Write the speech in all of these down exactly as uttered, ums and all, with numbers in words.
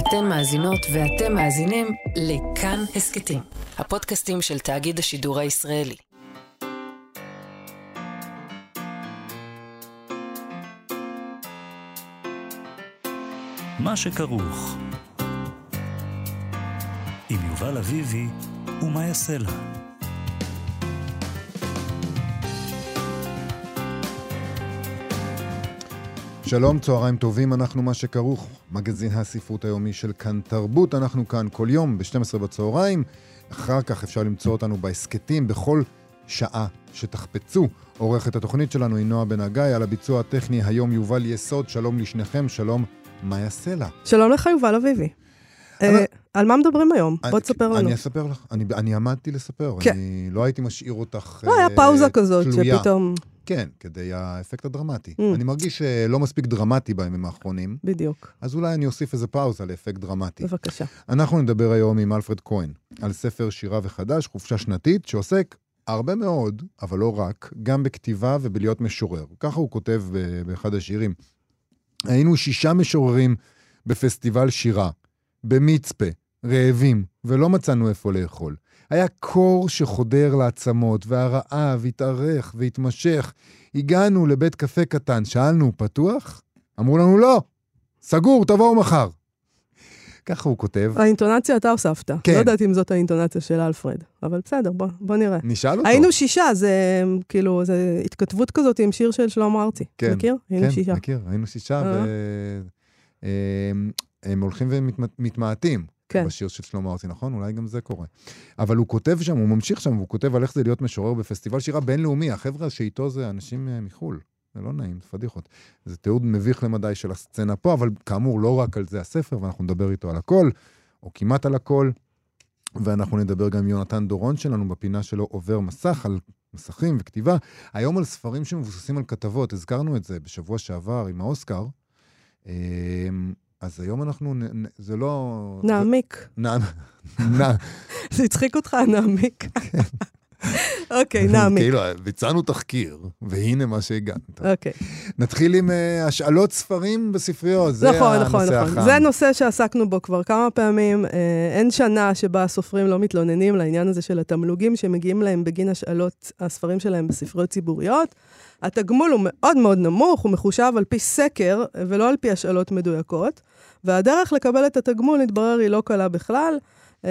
אתן מאזינות ואתם מאזינים לכאן הסקטים, הפודקאסטים של תאגיד השידור הישראלי. מה שכרוך עם יובל אביבי ומה יעשה לה. שלום, צהריים טובים, אנחנו מה שכרוך, מגזין הספרות היומי של כאן תרבות. אנחנו כאן כל יום ב-שתים עשרה בצהריים, אחר כך אפשר למצוא אותנו בהסקטים בכל שעה שתחפצו. עורכת התוכנית שלנו היא נועה בן הגיא, על הביצוע הטכני היום יובל יסוד. שלום לשניכם, שלום, מה יעשה לה? שלום לך יובל אביבי. על מה מדברים היום? בוא תספר לנו. אני אספר לך, אני עמדתי לספר, אני לא הייתי משאיר אותך לא, היה פאוזה כזאת שפתאום... כן, כדי האפקט הדרמטי. אני מרגיש שלא מספיק דרמטי בימים האחרונים. בדיוק. אז אולי אני אוסיף איזה פאוזה לאפקט דרמטי. בבקשה. אנחנו נדבר היום עם אלפרד כהן, על ספר שירה וחדש, חופשה שנתית, שעוסק הרבה מאוד, אבל לא רק, גם בכתיבה ובלהיות משורר. ככה הוא כותב באחד השירים. היינו שישה משוררים בפסטיבל שירה, במצפה, רעבים, ולא מצאנו איפה לאכול. היה קור שחודר לעצמות, והרעב התארך והתמשך. הגענו לבית קפה קטן, שאלנו, פתוח? אמרו לנו, לא, סגור, תבואו מחר. ככה הוא כותב. האינטונציה אתה הוספת. כן. לא יודעת אם זאת האינטונציה של אלפרד, אבל בסדר, בוא, בוא נראה. נשאל אותו. היינו שישה, זה כאילו, זה התכתבות כזאת עם שיר של שלמה ארצי. כן. מכיר? היינו כן, שישה. מכיר, היינו שישה, והם הולכים ומתמעטים. כן. בשיר של שלמה ארצי, נכון? אולי גם זה קורה. אבל הוא כותב שם, הוא ממשיך שם, והוא כותב על איך זה להיות משורר בפסטיבל שירה בינלאומי. החבר'ה שאיתו זה אנשים מחול. זה לא נעים, זה פדיחות. זה תיעוד מביך למדי של הסצנה פה, אבל כאמור לא רק על זה הספר, ואנחנו נדבר איתו על הכל, או כמעט על הכל, ואנחנו נדבר גם עם יונתן דורון שלנו, בפינה שלו עובר מסך, על מסכים וכתיבה. היום על ספרים שמבוססים על כתבות, הזכרנו את זה בשבוע שעבר עם האוסקר, אז היום אנחנו, זה לא... נעמיק. זה הצחיק אותך, נעמיק. אוקיי, נעמיק. כאילו, ביצענו תחקיר, והנה מה שהגענו. אוקיי. נתחיל עם השאלות ספרים בספריות, זה נכון, הנושא נכון, החם. נכון. זה נושא שעסקנו בו כבר כמה פעמים. אין שנה שבה הסופרים לא מתלוננים לעניין הזה של התמלוגים שמגיעים להם בגין השאלות הספרים שלהם בספריות ציבוריות. התגמול הוא מאוד מאוד נמוך, הוא מחושב על פי סקר, ולא על פי השאלות מדויקות, והדרך לקבל את התגמול, נתברר, היא לא קלה בכלל,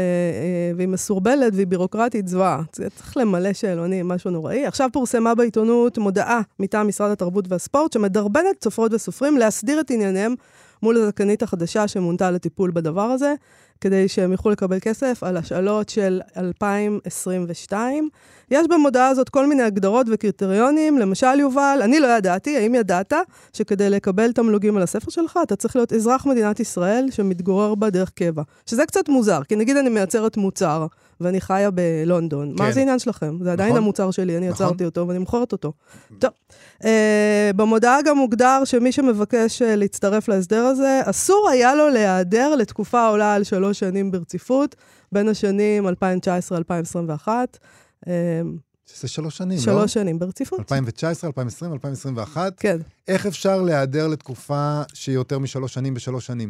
והיא מסורבלת והיא בירוקרטית זוועה. צריך למלא שאלונים, משהו נוראי. עכשיו פורסמה בעיתונות מודעה מטעם משרד התרבות והספורט, שמדרבנת סופרות וסופרים להסדיר את ענייניהם מול הזכנית החדשה שמונתה לטיפול בדבר הזה, כדי שהם יוכלו לקבל כסף על השאלות של אלפיים עשרים ושתיים. יש במודעה הזאת כל מיני הגדרות וקריטריונים, למשל יובל, אני לא ידעתי, האם ידעת שכדי לקבל תמלוגים על הספר שלך, אתה צריך להיות אזרח מדינת ישראל שמתגורר בה דרך קבע. שזה קצת מוזר, כי נגיד אני מייצרת מוצר, ואני חיה בלונדון. כן. מה זה עניין שלכם? זה עדיין נכון. המוצר שלי, אני נכון. יצרתי אותו ואני מוכרת אותו. טוב, אה, במודעה גם מוגדר שמי שמבקש להצטרף להסדר הזה, אסור היה לו להיעדר לתקופה העולה על שלוש שנים ברציפות, בין השנים אלפיים תשע עשרה עד אלפיים עשרים ואחת. שזה שלוש שנים, שלוש לא? שלוש שנים ברציפות. אלפיים תשע עשרה, אלפיים עשרים, אלפיים עשרים ואחת. כן. איך אפשר להיעדר לתקופה שהיא יותר משלוש שנים בשלוש שנים?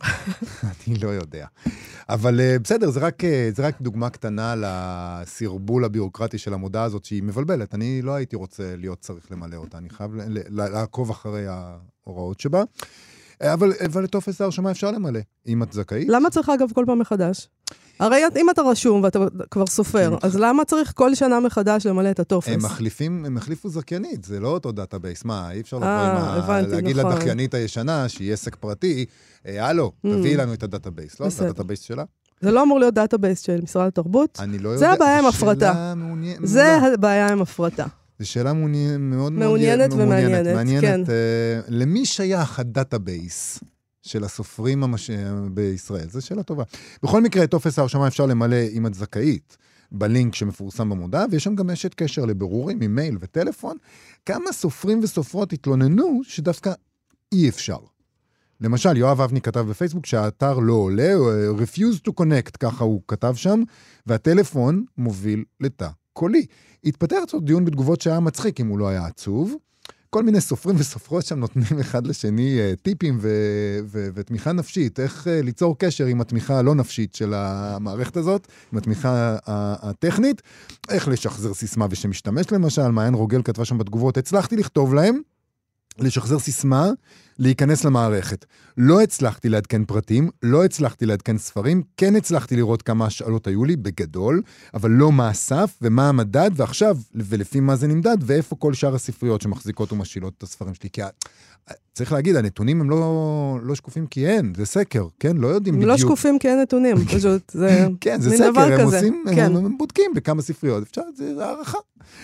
אני לא יודע. אבל בסדר, זה רק, זה רק דוגמה קטנה לסרבול הביורוקרטי של המודעה הזאת, שהיא מבלבלת. אני לא הייתי רוצה להיות צריך למלא אותה. אני חייב לעקוב אחרי ההוראות שבה. אבל, אבל לטופס ההרשמה אפשר למלא, אם את זכאית. למה צריך אגב כל פעם מחדש? הרי אם אתה רשום ואתה כבר סופר, אז למה צריך כל שנה מחדש למלא את הטופס? הם מחליפים, הם החליפו זכיינית, זה לא אותו דאטאבייס. מה, אי אפשר להגיד לדחיינית הישנה, שהיא עסק פרטי, הלו, תביאי לנו את הדאטאבייס. לא, זה הדאטאבייס שלה. זה לא אמור להיות דאטאבייס של משרד התרבות. אני לא יודע. זה הבעיה עם הפרטה. זה הבעיה עם הפרטה. זו שאלה מאוד מעוניינת ומעניינת, מעניינת. למי שייך הדאטאבייס של הסופרים המש... בישראל? זו שאלה טובה. בכל מקרה, טופס ההרשמה אפשר למלא אם את זכאית, בלינק שמפורסם במודעה, ויש שם גם אשת קשר לבירורים, אימייל וטלפון. כמה סופרים וסופרות התלוננו שדווקא אי אפשר. למשל, יואב אבני כתב בפייסבוק שהאתר לא עולה, refuse to connect, ככה הוא כתב שם, והטלפון מוביל לתא קולי. התפתח עוד דיון בתגובות שהיה מצחיק אם הוא לא היה עצוב. כל מיני סופרים וסופרות שם נותנים אחד לשני טיפים ותמיכה נפשית, איך ליצור קשר עם התמיכה הלא נפשית של המערכת הזאת, עם התמיכה הטכנית, איך לשחזר סיסמה ושמשתמש למשל, מעיין רוגל כתבה שם בתגובות, הצלחתי לכתוב להם, לשחזר סיסמה, להיכנס למערכת. לא הצלחתי לעדכן פרטים, לא הצלחתי לעדכן ספרים, כן הצלחתי לראות כמה השאלות היו לי, בגדול, אבל לא מה הסף ומה המדד, ועכשיו, ולפי מה זה נמדד, ואיפה כל שאר הספריות שמחזיקות ומשילות את הספרים שלי. כי צריך להגיד, הנתונים הם לא, לא שקופים כי אין, זה סקר, כן? לא יודעים בדיוק. לא שקופים כי אין נתונים, פשוט, זה כן, זה סקר, הם עושים, הם בודקים בכמה ספריות, אפשר, זה הערכה.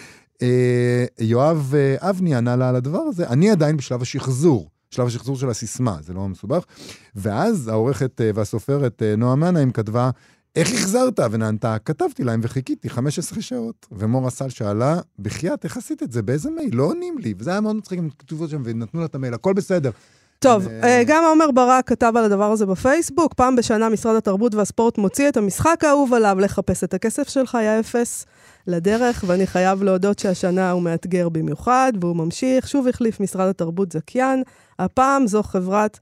יואב אבני ענה לה על הדבר הזה, אני עדיין בשלב השחזור, שלב השחזור של הסיסמה, זה לא מסובך, ואז העורכת והסופרת נועה מנהיים כתבה, איך החזרת? ונענתה, כתבתי להם וחיכיתי חמש עשרה שעות, ומורה סל שאלה, בחייאת, איך עשית את זה? באיזה מייל? לא עונים לי, וזה היה מאוד מצחיק, הם כתובו שם ונתנו לה את המייל, הכל בסדר. טוב, גם עומר ברק כתב על הדבר הזה בפייסבוק, פעם בשנה משרד התרבות והספורט מוציא את המשחק האהוב עליו, לחפש את הכסף שלך, היה אפס לדרך, ואני חייב להודות שהשנה הוא מאתגר במיוחד, והוא ממשיך, שוב החליף משרד התרבות זכיין, הפעם זו חברת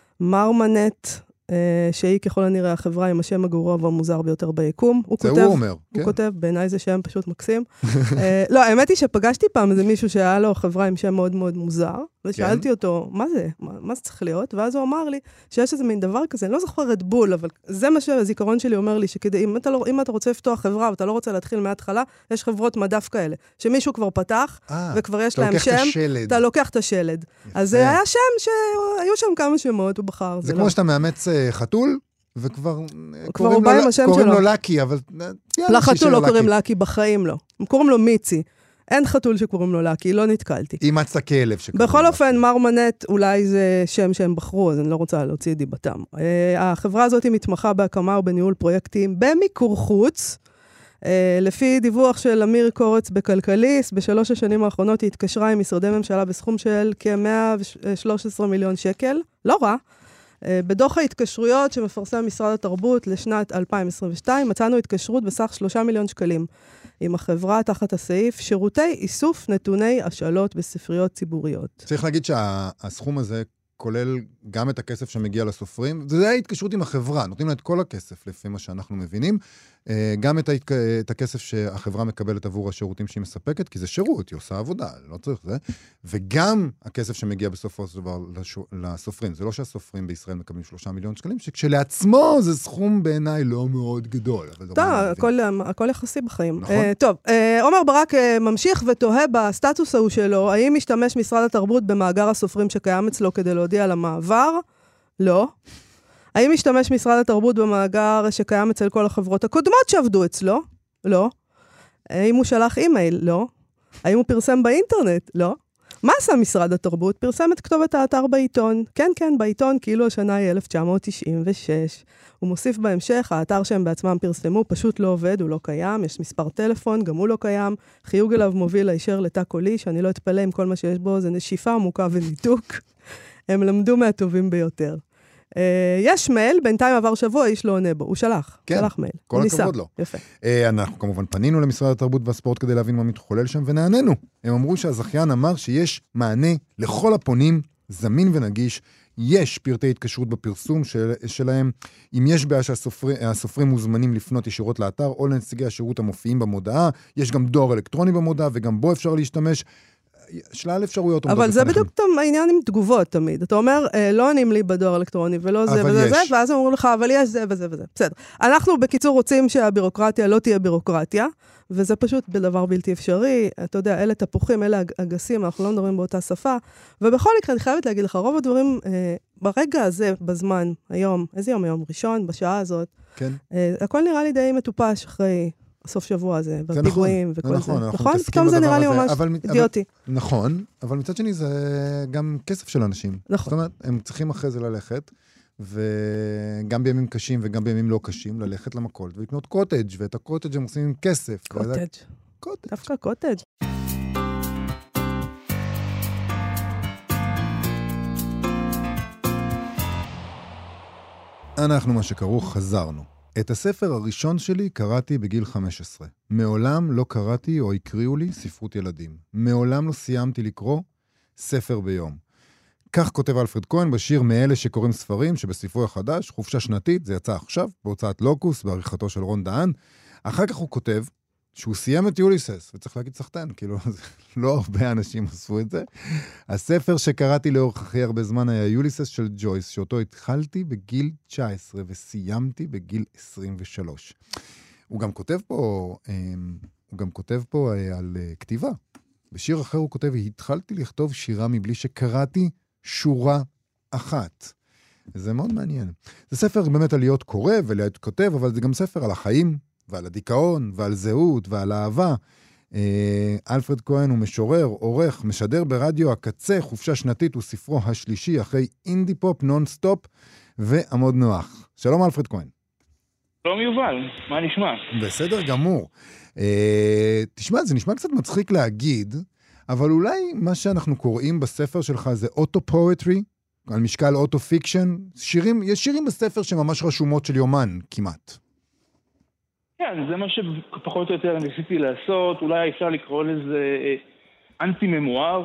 מרמנט, שהיא ככל הנראה החברה עם השם הגרוע והמוזר ביותר ביקום. זה הוא אומר. הוא כותב, בעיניי זה שם פשוט מקסים. לא, האמת היא שפגשתי פעם איזה מישהו שהיה לו חברה עם שם מאוד מאוד מוזר, ושאלתי אותו, מה זה? מה זה צריך להיות? ואז הוא אמר לי שיש איזה מין דבר כזה, אני לא זוכר את בול, אבל זה מה שהזיכרון שלי אומר לי, שכדי, אם אתה, לא, אם אתה רוצה לפתוח חברה, ואתה לא רוצה להתחיל מההתחלה, יש חברות מדף כאלה, שמישהו כבר פתח, וכבר יש להם שם, אתה לוקח את השלד. אז זה היה שם שהיו שם כמה שמות, הוא בחר. זה כמו שאתה מאמץ חתול, וכבר קוראים לו לקי, אבל... לחתול לא קוראים לקי, בחיים לא. הם קוראים לו מיצי. אין חתול שקוראים לו לקי, לא נתקלתי. אימץ הכלב שקוראים לו. בכל אופן, מרמנט אולי זה שם שהם בחרו, אז אני לא רוצה להוציא דיבתם. החברה הזאת היא מתמחה בהקמה ובניהול פרויקטים במיקור חוץ. לפי דיווח של אמיר קורץ בכלכליסט, בשלוש השנים האחרונות היא התקשרה עם משרדי ממשלה בסכום של כ-מאה ושלוש עשרה מיליון שקל. לא רע. בדוח ההתקשרויות שמפרסם משרד התרבות לשנת אלפיים עשרים ושתיים, מצאנו התקשרות בסך שלושה מיליון שקלים. עם החברה תחת הסעיף שירותי איסוף נתוני השאלות בספריות ציבוריות. צריך להגיד שהסכום הזה כולל גם את הכסף שמגיע לסופרים, זה ההתקשרות עם החברה, נותנים לה את כל הכסף לפי מה שאנחנו מבינים, גם את, ההתק... את הכסף שהחברה מקבלת עבור השירותים שהיא מספקת, כי זה שירות, היא עושה עבודה, לא צריך זה, וגם הכסף שמגיע בסופו של דבר לסופרים, זה לא שהסופרים בישראל מקבלים שלושה מיליון שקלים, שכשלעצמו זה סכום בעיניי לא מאוד גדול. טוב, הכל, הכל יחסי בחיים. נכון? Uh, טוב, uh, עומר ברק uh, ממשיך ותוהה בסטטוס ההוא שלו, האם משתמש משרד התרבות במאגר הסופרים שקיים אצלו כדי להודיע על המעבר? לא. האם משתמש משרד התרבות במאגר שקיים אצל כל החברות הקודמות שעבדו אצלו? לא. האם הוא שלח אימייל? לא. האם הוא פרסם באינטרנט? לא. מה עשה משרד התרבות? פרסם את כתובת האתר בעיתון. כן, כן, בעיתון, כאילו השנה היא אלף תשע מאות תשעים ושש. הוא מוסיף בהמשך, האתר שהם בעצמם פרסמו פשוט לא עובד, הוא לא קיים, יש מספר טלפון, גם הוא לא קיים. חיוג אליו מוביל הישר לתא קולי, שאני לא אתפלא עם כל מה שיש בו, זה נשיפה עמוקה וניתוק. הם למדו מהטובים ביותר. יש מייל, בינתיים עבר שבוע, איש לא עונה בו. הוא שלח, שלח מייל. כל הכבוד לו. יפה. אנחנו כמובן פנינו למשרד התרבות והספורט כדי להבין מה מתחולל שם, ונעננו. הם אמרו שהזכיין אמר שיש מענה לכל הפונים, זמין ונגיש, יש פרטי התקשרות בפרסום של, שלהם, אם יש בעיה שהסופרים מוזמנים לפנות ישירות לאתר, או לנציגי השירות המופיעים במודעה, יש גם דואר אלקטרוני במודעה, וגם בו אפשר להשתמש, שלל אפשרויות. אבל זה בדיוק העניין עם תגובות תמיד. אתה אומר, לא עונים לי בדואר אלקטרוני, ולא זה וזה זה, ואז הם אומרים לך, אבל יש זה וזה וזה. בסדר. אנחנו בקיצור רוצים שהבירוקרטיה לא תהיה בירוקרטיה, וזה פשוט בדבר בלתי אפשרי. אתה יודע, אלה תפוחים, אלה אגסים, אנחנו לא מדברים באותה שפה. ובכל מקרה, אני חייבת להגיד לך, רוב הדברים, ברגע הזה, בזמן, היום, איזה יום היום? ראשון, בשעה הזאת. כן. הכל נראה לי די מטופש אחרי הסוף שבוע הזה, והפיגועים וכל זה. נכון, נכון? פתאום זה נראה לי ממש אידיוטי. נכון, אבל מצד שני זה גם כסף של אנשים. נכון. זאת אומרת, הם צריכים אחרי זה ללכת, וגם בימים קשים וגם בימים לא קשים, ללכת למכולת ולקנות קוטג', ואת הקוטג' הם עושים עם כסף. קוטג'. קוטג'. דווקא קוטג'. אנחנו מה שכרוך חזרנו. את הספר הראשון שלי קראתי בגיל חמש עשרה. מעולם לא קראתי או הקריאו לי ספרות ילדים. מעולם לא סיימתי לקרוא ספר ביום. כך כותב אלפרד כהן בשיר מאלה שקוראים ספרים, שבספרו החדש, חופשה שנתית, זה יצא עכשיו, בהוצאת לוקוס, בעריכתו של רון דהן. אחר כך הוא כותב שהוא סיים את יוליסס, וצריך להגיד סחטן, כאילו, לא הרבה אנשים עשו את זה. הספר שקראתי לאורך הכי הרבה זמן היה יוליסס של ג'ויס, שאותו התחלתי בגיל תשע עשרה וסיימתי בגיל עשרים ושלוש. הוא גם כותב פה, הוא גם כותב פה על כתיבה. בשיר אחר הוא כותב, התחלתי לכתוב שירה מבלי שקראתי שורה אחת. זה מאוד מעניין. זה ספר באמת על להיות קורא ולהיות כותב, אבל זה גם ספר על החיים, ועל הדיכאון, ועל זהות, ועל אהבה. אלפרד כהן הוא משורר, עורך, משדר ברדיו הקצה, חופשה שנתית, הוא ספרו השלישי, אחרי אינדי פופ נונסטופ, ועמוד נוח. שלום אלפרד כהן. שלום יובל, מה נשמע? בסדר גמור. תשמע, זה נשמע קצת מצחיק להגיד, אבל אולי מה שאנחנו קוראים בספר שלך זה אוטו-פואטרי, על משקל אוטו-פיקשן. שירים, יש שירים בספר שממש רשומות של יומן, כמעט. כן, זה מה שפחות או יותר ניסיתי לעשות, אולי אפשר לקרוא לזה אנטי-ממואר.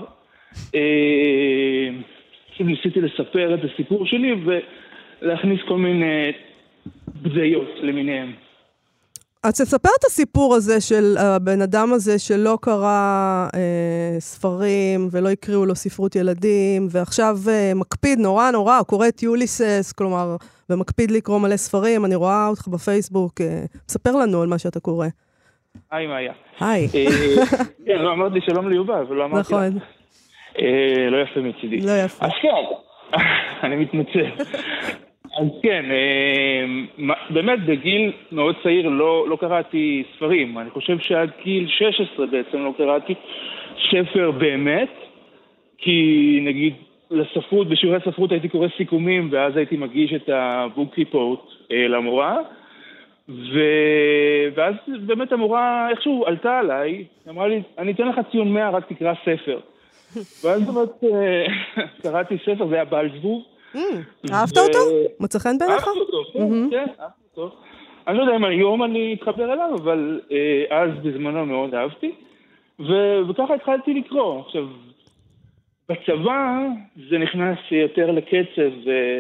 פשוט ניסיתי לספר את הסיפור שלי ולהכניס כל מיני בדיות למיניהם. אז תספר את הסיפור הזה של הבן אדם הזה שלא קרא אה, ספרים ולא יקראו לו ספרות ילדים, ועכשיו אה, מקפיד נורא נורא, הוא קורא את יוליסס, כלומר, ומקפיד לקרוא מלא ספרים, אני רואה אותך בפייסבוק, אה, ספר לנו על מה שאתה קורא. היי, מאיה. היי. כן, לא אמרת לי שלום ליובל, ולא אמרתי לך. נכון. לא יפה מצידי. לא יפה. אז כן, אני מתנצל. אז כן, באמת בגיל מאוד צעיר לא, לא קראתי ספרים. אני חושב שעד גיל שש עשרה בעצם לא קראתי ספר באמת, כי נגיד לספרות, בשיעורי ספרות הייתי קורא סיכומים, ואז הייתי מגיש את הבוק ריפורט למורה, ו... ואז באמת המורה איכשהו עלתה עליי, אמרה לי, אני אתן לך ציון מאה, רק תקרא ספר. ואז באמת קראתי ספר, זה היה בעל זבוב. אהבת אותו? מצא חן בעיניך? אהבתי אותו, כן, אהבתי אותו. אני לא יודע אם היום אני אתחבר אליו, אבל אז בזמנו מאוד אהבתי, וככה התחלתי לקרוא. עכשיו, בצבא זה נכנס יותר לקצב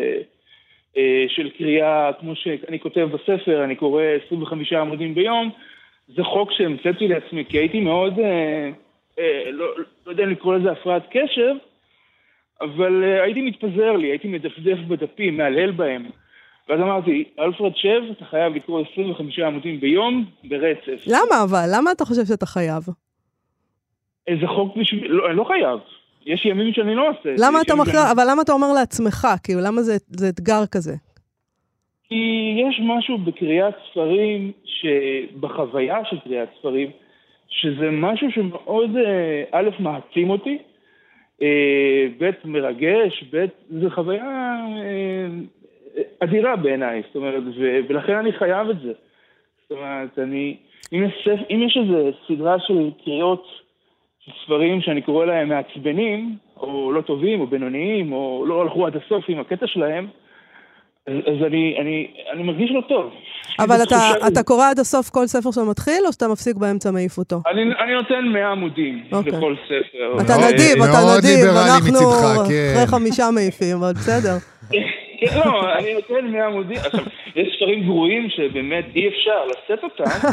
של קריאה, כמו שאני כותב בספר, אני קורא עשרים וחמישה עמודים ביום, זה חוק שהמצאתי לעצמי, כי הייתי מאוד, לא יודע אם לקרוא לזה הפרעת קשב, אבל uh, הייתי מתפזר לי, הייתי מדפדף בדפים, מעלל בהם. ואז אמרתי, אלפרד שב, אתה חייב לקרוא עשרים וחמישה עמודים ביום ברצף. למה אבל? למה אתה חושב שאתה חייב? איזה חוק בשביל... לא, אני לא חייב. יש ימים שאני לא עושה. למה אתה מכיר... שאני... אבל למה אתה אומר לעצמך? כאילו, למה זה, זה אתגר כזה? כי יש משהו בקריאת ספרים, שבחוויה של קריאת ספרים, שזה משהו שמאוד, א', מעצים אותי, בית מרגש, בית, זו חוויה אדירה בעיניי, זאת אומרת, ולכן אני חייב את זה. זאת אומרת, אני, אם יש, אם יש איזו סדרה של קריאות, של ספרים שאני קורא להם מעצבנים, או לא טובים, או בינוניים, או לא הלכו עד הסוף עם הקטע שלהם, אז אני, אני, אני מרגיש לא טוב. אבל אתה, אתה קורא עד הסוף כל ספר שאתה מתחיל, או שאתה מפסיק באמצע מעיף אותו? אני, אני נותן מאה עמודים לכל ספר. אתה נדיב, אתה נדיב, אנחנו אחרי חמישה מעיפים, אבל בסדר. לא, אני נותן מאה עמודים. עכשיו, יש ספרים גרועים שבאמת אי אפשר לשאת אותם,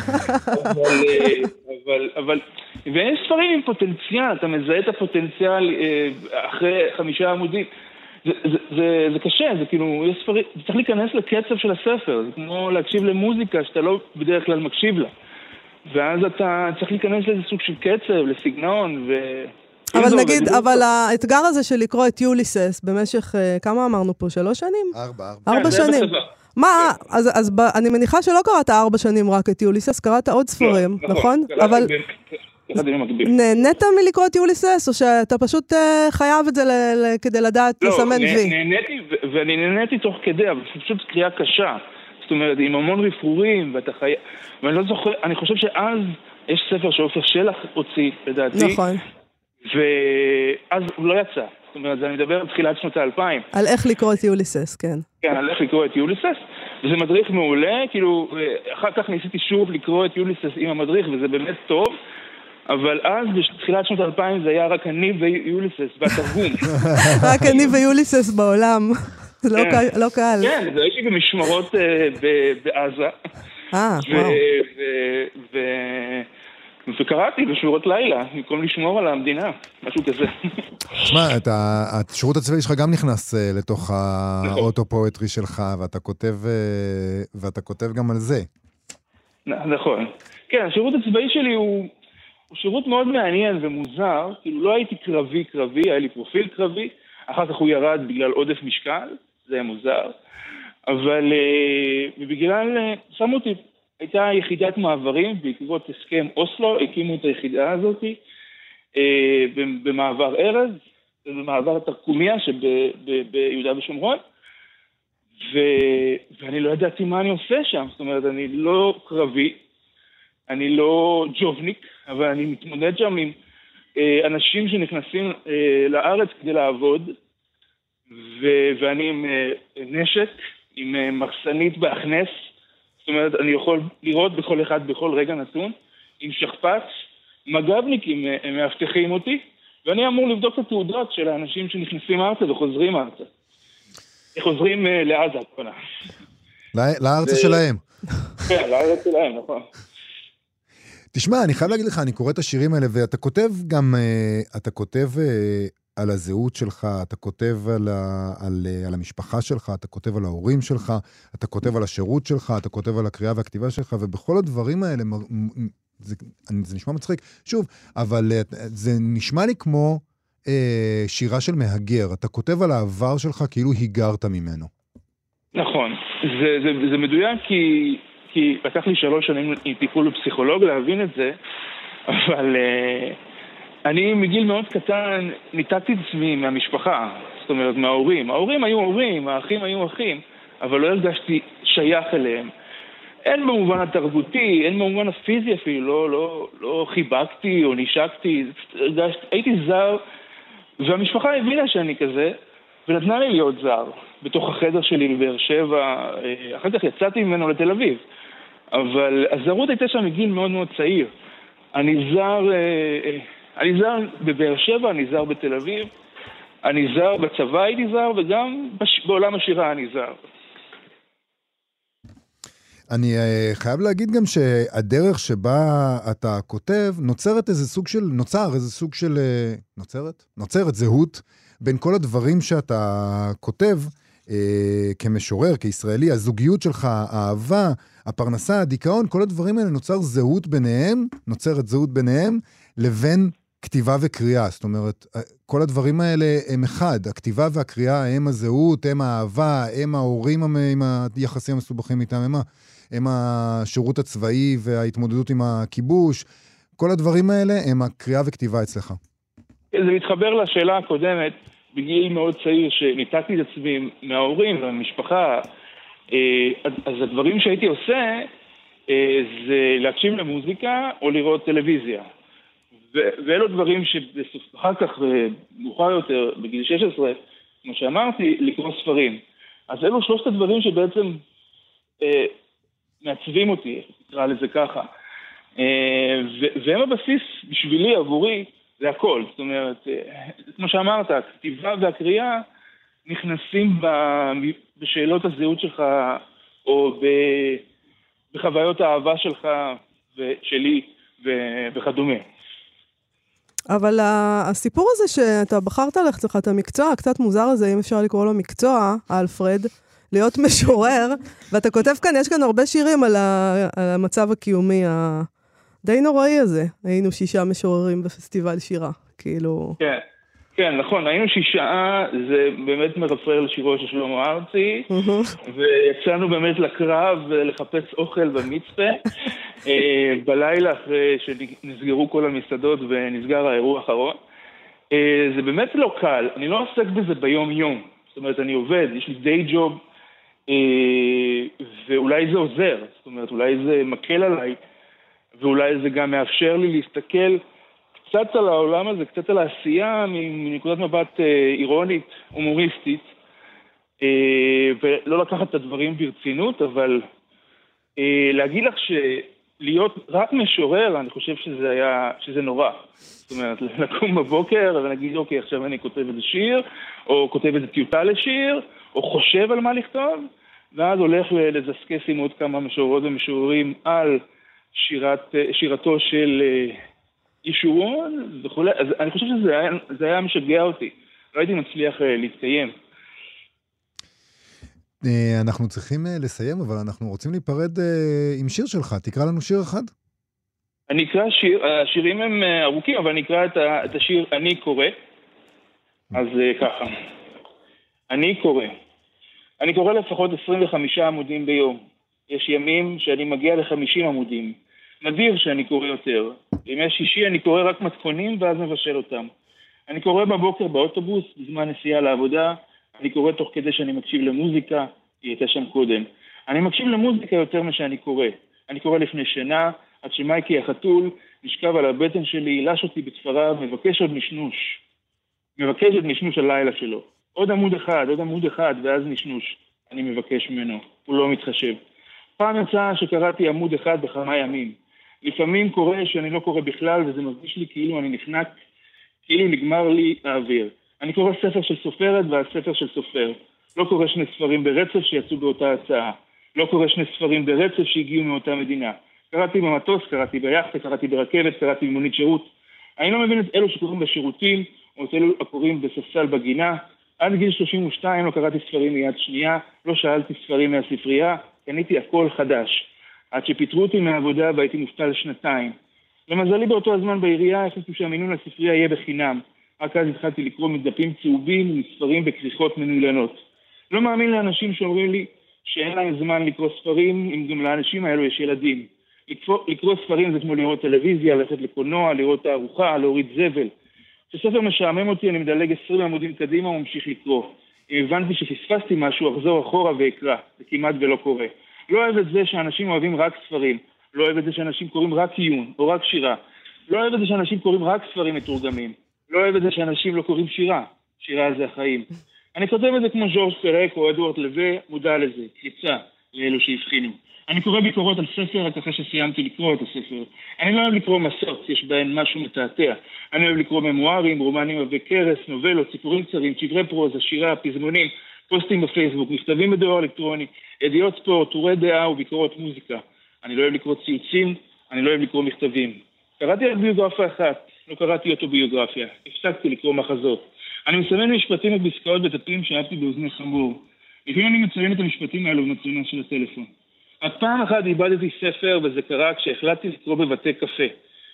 אבל, אבל, ויש ספרים עם פוטנציאל, אתה מזהה את הפוטנציאל אחרי חמישה עמודים. זה, זה, זה, זה קשה, זה כאילו, יש ספרים, זה צריך להיכנס לקצב של הספר, זה כמו להקשיב למוזיקה שאתה לא בדרך כלל מקשיב לה. ואז אתה צריך להיכנס לאיזה סוג של קצב, לסגנון, ו... אבל נגיד, אבל האתגר הזה של לקרוא את יוליסס במשך, כמה אמרנו פה, שלוש שנים? ארבע, ארבע. ארבע שנים. מה, אז, אז אני מניחה שלא קראת ארבע שנים רק את יוליסס, קראת עוד ספרים, נכון? אבל... נהנית מלקרוא את יוליסס, או שאתה פשוט חייב את זה כדי לדעת לסמן וי? לא, נהניתי, ואני נהניתי תוך כדי, אבל זה פשוט קריאה קשה. זאת אומרת, עם המון רפרורים, ואתה חייב... ואני לא זוכר, אני חושב שאז יש ספר שעופר שלח הוציא, לדעתי. נכון. ואז הוא לא יצא. זאת אומרת, אני מדבר על תחילת שנות האלפיים. על איך לקרוא את יוליסס, כן. כן, על איך לקרוא את יוליסס. וזה מדריך מעולה, כאילו, אחר כך ניסיתי שוב לקרוא את יוליסס עם המדריך, וזה באמת טוב. אבל אז, בתחילת שנות אלפיים, זה היה רק אני ויוליסס, והתרגום. רק אני ויוליסס בעולם. זה לא קל. כן, זה הייתי במשמרות בעזה. אה, וואו. וקראתי בשורות לילה, במקום לשמור על המדינה, משהו כזה. תשמע, השירות הצבאי שלך גם נכנס לתוך האוטו-פואטרי שלך, ואתה כותב, ואתה כותב גם על זה. נכון. כן, השירות הצבאי שלי הוא שירות מאוד מעניין ומוזר, כאילו לא הייתי קרבי קרבי, היה לי פרופיל קרבי, אחר כך הוא ירד בגלל עודף משקל, זה היה מוזר, אבל בגלל, שמו אותי, הייתה יחידת מעברים, בעקבות הסכם אוסלו, הקימו את היחידה הזאת, במעבר ארז, במעבר תרקומיה שביהודה ושומרון, ואני לא ידעתי מה אני עושה שם, זאת אומרת, אני לא קרבי, אני לא ג'ובניק, אבל אני מתמודד שם עם אנשים שנכנסים לארץ כדי לעבוד, ואני עם נשק, עם מחסנית בהכנס, זאת אומרת, אני יכול לראות בכל אחד, בכל רגע נתון, עם שכפ"ץ, מג"בניקים מאבטחים אותי, ואני אמור לבדוק את התעודות של האנשים שנכנסים ארצה וחוזרים ארצה. חוזרים לעזה, כפונה. לארץ שלהם. כן, לארץ שלהם, נכון. תשמע, אני חייב להגיד לך, אני קורא את השירים האלה, ואתה כותב גם, אתה כותב על הזהות שלך, אתה כותב על, על, על המשפחה שלך, אתה כותב על ההורים שלך, אתה כותב על השירות שלך, אתה כותב על הקריאה והכתיבה שלך, ובכל הדברים האלה, זה, זה נשמע מצחיק, שוב, אבל זה נשמע לי כמו אה, שירה של מהגר, אתה כותב על העבר שלך כאילו היגרת ממנו. נכון, זה, זה, זה מדויק כי, כי לקח לי שלוש שנים עם טיפול בפסיכולוג להבין את זה, אבל... אה, אני מגיל מאוד קטן ניתקתי את עצמי מהמשפחה, זאת אומרת מההורים. ההורים היו הורים, האחים היו אחים, אבל לא הרגשתי שייך אליהם. אין במובן התרבותי, אין במובן הפיזי אפילו, לא, לא, לא חיבקתי או נשקתי, הרגשתי, הייתי זר, והמשפחה הבינה שאני כזה, ונתנה לי להיות זר, בתוך החדר שלי בבאר שבע, אחר כך יצאתי ממנו לתל אביב. אבל הזרות הייתה שם מגיל מאוד מאוד צעיר. אני זר... אני זר בבאר שבע, אני זר בתל אביב, אני זר בצבא, הייתי זר, וגם בעולם השירה אני זר. אני חייב להגיד גם שהדרך שבה אתה כותב, נוצרת איזה סוג של, נוצר איזה סוג של, נוצרת? נוצרת זהות בין כל הדברים שאתה כותב אה, כמשורר, כישראלי, הזוגיות שלך, האהבה, הפרנסה, הדיכאון, כל הדברים האלה נוצר זהות ביניהם, נוצרת זהות ביניהם, לבין כתיבה וקריאה. זאת אומרת, כל הדברים האלה הם אחד. הכתיבה והקריאה הם הזהות, הם האהבה, הם ההורים עם היחסים המסובכים איתם, הם, הם השירות הצבאי וההתמודדות עם הכיבוש. כל הדברים האלה הם הקריאה וכתיבה אצלך. זה מתחבר לשאלה הקודמת, בגיל מאוד צעיר, שניתקתי את עצמי מההורים והמשפחה. אז הדברים שהייתי עושה, זה להקשיב למוזיקה או לראות טלוויזיה. ואלו דברים שאחר כך, מאוחר יותר, בגיל שש עשרה, כמו שאמרתי, לקרוא ספרים. אז אלו שלושת הדברים שבעצם אה, מעצבים אותי, נקרא לזה ככה. אה, והם הבסיס בשבילי, עבורי, זה הכל. זאת אומרת, אה, כמו שאמרת, הכתיבה והקריאה נכנסים ב, בשאלות הזהות שלך, או ב, בחוויות האהבה שלך ושלי וכדומה. אבל הסיפור הזה שאתה בחרת לך את המקצוע, הקצת מוזר הזה, אם אפשר לקרוא לו מקצוע, אלפרד, להיות משורר, ואתה כותב כאן, יש כאן הרבה שירים על, ה, על המצב הקיומי הדי נוראי הזה. היינו שישה משוררים בפסטיבל שירה, כאילו... כן, כן, נכון, היינו שישה, זה באמת מרפרר לשירו של שלמה ארצי, ויצאנו באמת לקרב לחפש אוכל במצפה, בלילה אחרי שנסגרו כל המסעדות ונסגר האירוע האחרון. זה באמת לא קל, אני לא עוסק בזה ביום יום, זאת אומרת אני עובד, יש לי די ג'וב, ואולי זה עוזר, זאת אומרת אולי זה מקל עליי, ואולי זה גם מאפשר לי להסתכל קצת על העולם הזה, קצת על העשייה מנקודת מבט אירונית, הומוריסטית, ולא לקחת את הדברים ברצינות, אבל להגיד לך להיות רק משורר, אני חושב שזה היה, שזה נורא. זאת אומרת, לקום בבוקר ולהגיד, אוקיי, עכשיו אני כותב איזה שיר, או כותב איזה טיוטה לשיר, או חושב על מה לכתוב, ואז הולך לזסקס עם עוד כמה משוררות ומשוררים על שירת, שירתו של ישורון וכו'. אז אני חושב שזה היה, זה היה משגע אותי. לא הייתי מצליח להתקיים. אנחנו צריכים לסיים, אבל אנחנו רוצים להיפרד עם שיר שלך. תקרא לנו שיר אחד. אני אקרא שיר, השירים הם ארוכים, אבל אני אקרא את השיר אני קורא. אז ככה. אני קורא. אני קורא לפחות עשרים וחמישה עמודים ביום. יש ימים שאני מגיע ל-חמישים עמודים. נדיר שאני קורא יותר. בימי שישי אני קורא רק מתכונים ואז מבשל אותם. אני קורא בבוקר באוטובוס, בזמן נסיעה לעבודה. אני קורא תוך כדי שאני מקשיב למוזיקה, היא הייתה שם קודם. אני מקשיב למוזיקה יותר משאני קורא. אני קורא לפני שינה, עד שמייקי החתול נשכב על הבטן שלי, ילש אותי בתפריו, מבקש עוד נשנוש. מבקש עוד נשנוש הלילה שלו. עוד עמוד אחד, עוד עמוד אחד, ואז נשנוש. אני מבקש ממנו, הוא לא מתחשב. פעם יצא שקראתי עמוד אחד בכמה ימים. לפעמים קורה שאני לא קורא בכלל, וזה מרגיש לי כאילו אני נחנק, כאילו נגמר לי האוויר. אני קורא ספר של סופרת ועל ספר של סופר. לא קורא שני ספרים ברצף שיצאו באותה הצעה. לא קורא שני ספרים ברצף שהגיעו מאותה מדינה. קראתי במטוס, קראתי ביחד, קראתי ברכבת, קראתי במונית שירות. אני לא מבין את אלו שקוראים בשירותים, או את אלו הקוראים בספסל בגינה. עד גיל שלושים ושתיים לא קראתי ספרים מיד שנייה, לא שאלתי ספרים מהספרייה, קניתי הכל חדש. עד שפיטרו אותי מהעבודה והייתי מובטל שנתיים. למזלי באותו הזמן בעירייה החליטו שהמינון לספרייה יהיה בחינם. רק אז התחלתי לקרוא מדפים צהובים ומספרים בכריכות מנוילנות. לא מאמין לאנשים שאומרים לי שאין להם זמן לקרוא ספרים, אם גם לאנשים האלו יש ילדים. לקרוא, לקרוא ספרים זה כמו לראות טלוויזיה, ללכת לקולנוע, לראות תערוכה, להוריד זבל. כשספר משעמם אותי, אני מדלג עשרים עמודים קדימה וממשיך לקרוא. אם הבנתי שפספסתי משהו, אחזור אחורה ואקרא. זה כמעט ולא קורה. לא אוהב את זה שאנשים אוהבים רק ספרים. לא אוהב את זה שאנשים קוראים רק עיון או רק שירה. לא אוהב את זה שאנשים קוראים רק ספרים מתורגמים. לא אוהב את זה שאנשים לא קוראים שירה. שירה זה החיים. אני כותב את זה כמו ז'ורג' פרק או אדוארד לוי, מודע לזה, קריצה לאלו שהבחינו. אני קורא ביקורות על ספר רק אחרי שסיימתי לקרוא את הספר. אני לא אוהב לקרוא מסות, יש בהן משהו מתעתע. אני אוהב לקרוא ממוארים, רומנים עבי קרס, נובלות, סיפורים קצרים, שברי פרוזה, שירה, פזמונים, פוסטים בפייסבוק, מכתבים בדואר אלקטרוני, ידיעות ספורט, טורי דעה וביקורות מוזיקה. אני לא אוהב לקרוא ציוצים, אני לא אוהב לקרוא מכתבים. קראתי על ביוגרפיה אחת, לא קראתי אוטוביוגרפיה, הפסקתי לקרוא מחזות. אני מסמן משפטים ובפסקאות בדפים שאהבתי באוזני חמור. לפעמים אני מציין את המשפטים האלו במצלמה של הטלפון. עד פעם אחת איבדתי ספר, וזה קרה כשהחלטתי לקרוא בבתי קפה.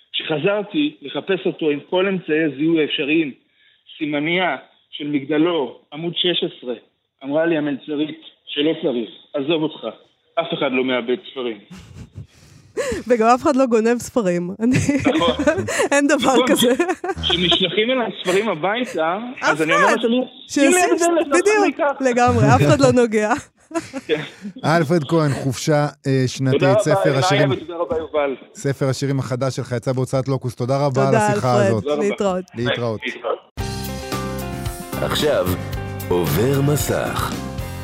כשחזרתי לחפש אותו עם כל אמצעי הזיהוי האפשריים, סימניה של מגדלור, עמוד שש עשרה, אמרה לי המלצרית שלא צריך, עזוב אותך, אף אחד לא מאבד ספרים. וגם אף אחד לא גונב ספרים. נכון. אין דבר כזה. כשמשלחים אליי ספרים הביתה, אז אני אומר שאני... בדיוק, לגמרי, אף אחד לא נוגע. אלפרד כהן, חופשה שנתית, ספר השירים... תודה רבה, יובל. ספר השירים החדש שלך יצא בהוצאת לוקוס, תודה רבה על השיחה הזאת. תודה, אלפרד, להתראות. להתראות. עכשיו, עובר מסך.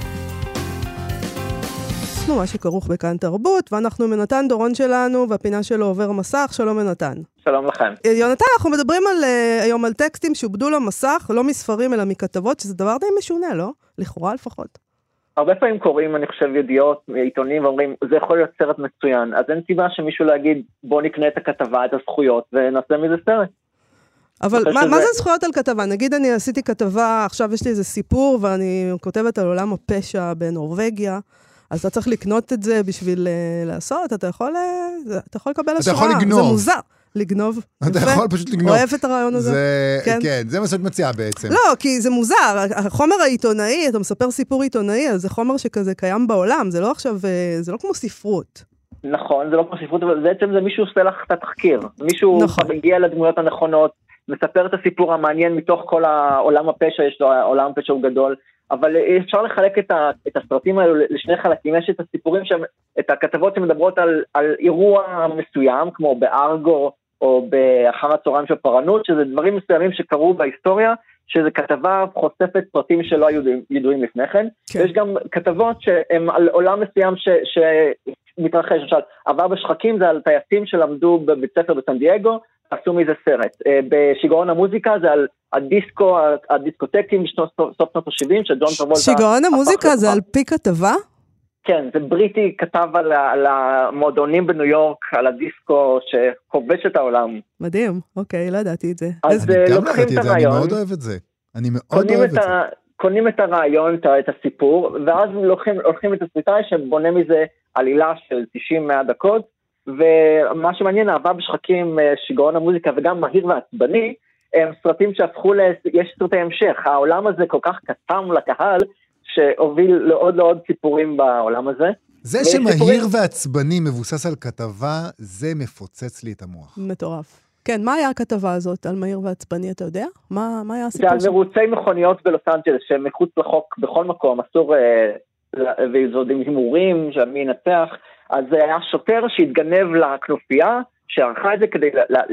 אנחנו מה שכרוך בכאן תרבות, ואנחנו מנתן דורון שלנו, והפינה שלו עובר מסך. שלום מנתן. שלום לכם. יונתן, אנחנו מדברים על, uh, היום על טקסטים שעובדו למסך, לא מספרים אלא מכתבות, שזה דבר די משונה, לא? לכאורה לפחות. הרבה פעמים קוראים, אני חושב, ידיעות, עיתונים, ואומרים, זה יכול להיות סרט מצוין, אז אין סיבה שמישהו להגיד, בוא נקנה את הכתבה, את הזכויות, ונעשה מזה סרט. אבל מה, שזה... מה זה זכויות על כתבה? נגיד אני עשיתי כתבה, עכשיו יש לי איזה סיפור, ואני כותבת על עולם הפשע בנורווגיה, אז אתה צריך לקנות את זה בשביל uh, לעשות, אתה יכול, uh, אתה יכול לקבל השראה. אתה יכול לגנוב. זה מוזר, לגנוב. אתה יפה. יכול פשוט לגנוב. אוהב את הרעיון הזה. זה, כן. כן, זה מה שאת מציעה בעצם. לא, כי זה מוזר. החומר העיתונאי, אתה מספר סיפור עיתונאי, אז זה חומר שכזה קיים בעולם, זה לא עכשיו, זה לא כמו ספרות. נכון, זה לא כמו ספרות, אבל בעצם זה מישהו עושה לך את התחקיר. מישהו נכון. מגיע לדמויות הנכונות, מספר את הסיפור המעניין מתוך כל העולם הפשע, יש לו, העולם הפשע הוא גדול, אבל אפשר לחלק את, ה, את הסרטים האלו לשני חלקים. יש את הסיפורים, שם, את הכתבות שמדברות על, על אירוע מסוים, כמו בארגו או באחר הצהריים של פרענות, שזה דברים מסוימים שקרו בהיסטוריה, שזה כתבה חושפת פרטים שלא היו ידועים לפני כן. כן. יש גם כתבות שהן על עולם מסוים ש, מתרחש. למשל, עבר בשחקים זה על טייסים שלמדו בבית ספר בסן דייגו, עשו מזה סרט. בשיגעון המוזיקה זה על הדיסקו, הדיסקוטקים בסוף שנות ה-שבעים, שג'ון טרבולטה... שיגעון המוזיקה זה על פי כתבה? כן, זה בריטי כתב על, על המועדונים בניו יורק, על הדיסקו שכובש את העולם. מדהים, אוקיי, לא ידעתי את זה. אז אני גם לוקחים ראיתי את זה, אני מאוד אוהב את זה. אני מאוד אוהב את זה. קונים את הרעיון, את הסיפור, ואז לוקחים, הולכים את הסריטאי שבונה מזה עלילה של תשעים מאה דקות, ומה שמעניין, אהבה בשחקים, שיגעון המוזיקה וגם מהיר ועצבני, הם סרטים שהפכו ל... יש סרטי המשך. העולם הזה כל כך קטן לקהל, שהוביל לעוד לעוד סיפורים בעולם הזה. זה שמהיר ועצבני מבוסס על כתבה, זה מפוצץ לי את המוח. מטורף. כן, מה היה הכתבה הזאת על מהיר ועצבני, אתה יודע? מה, מה היה הסיפור? זה על מרוצי מכוניות בלוס אנג'לס, שמחוץ לחוק בכל מקום, אסור ועוד עם הימורים, שמי ינצח. אז זה היה שוטר שהתגנב לכנופיה, שערכה את זה כדי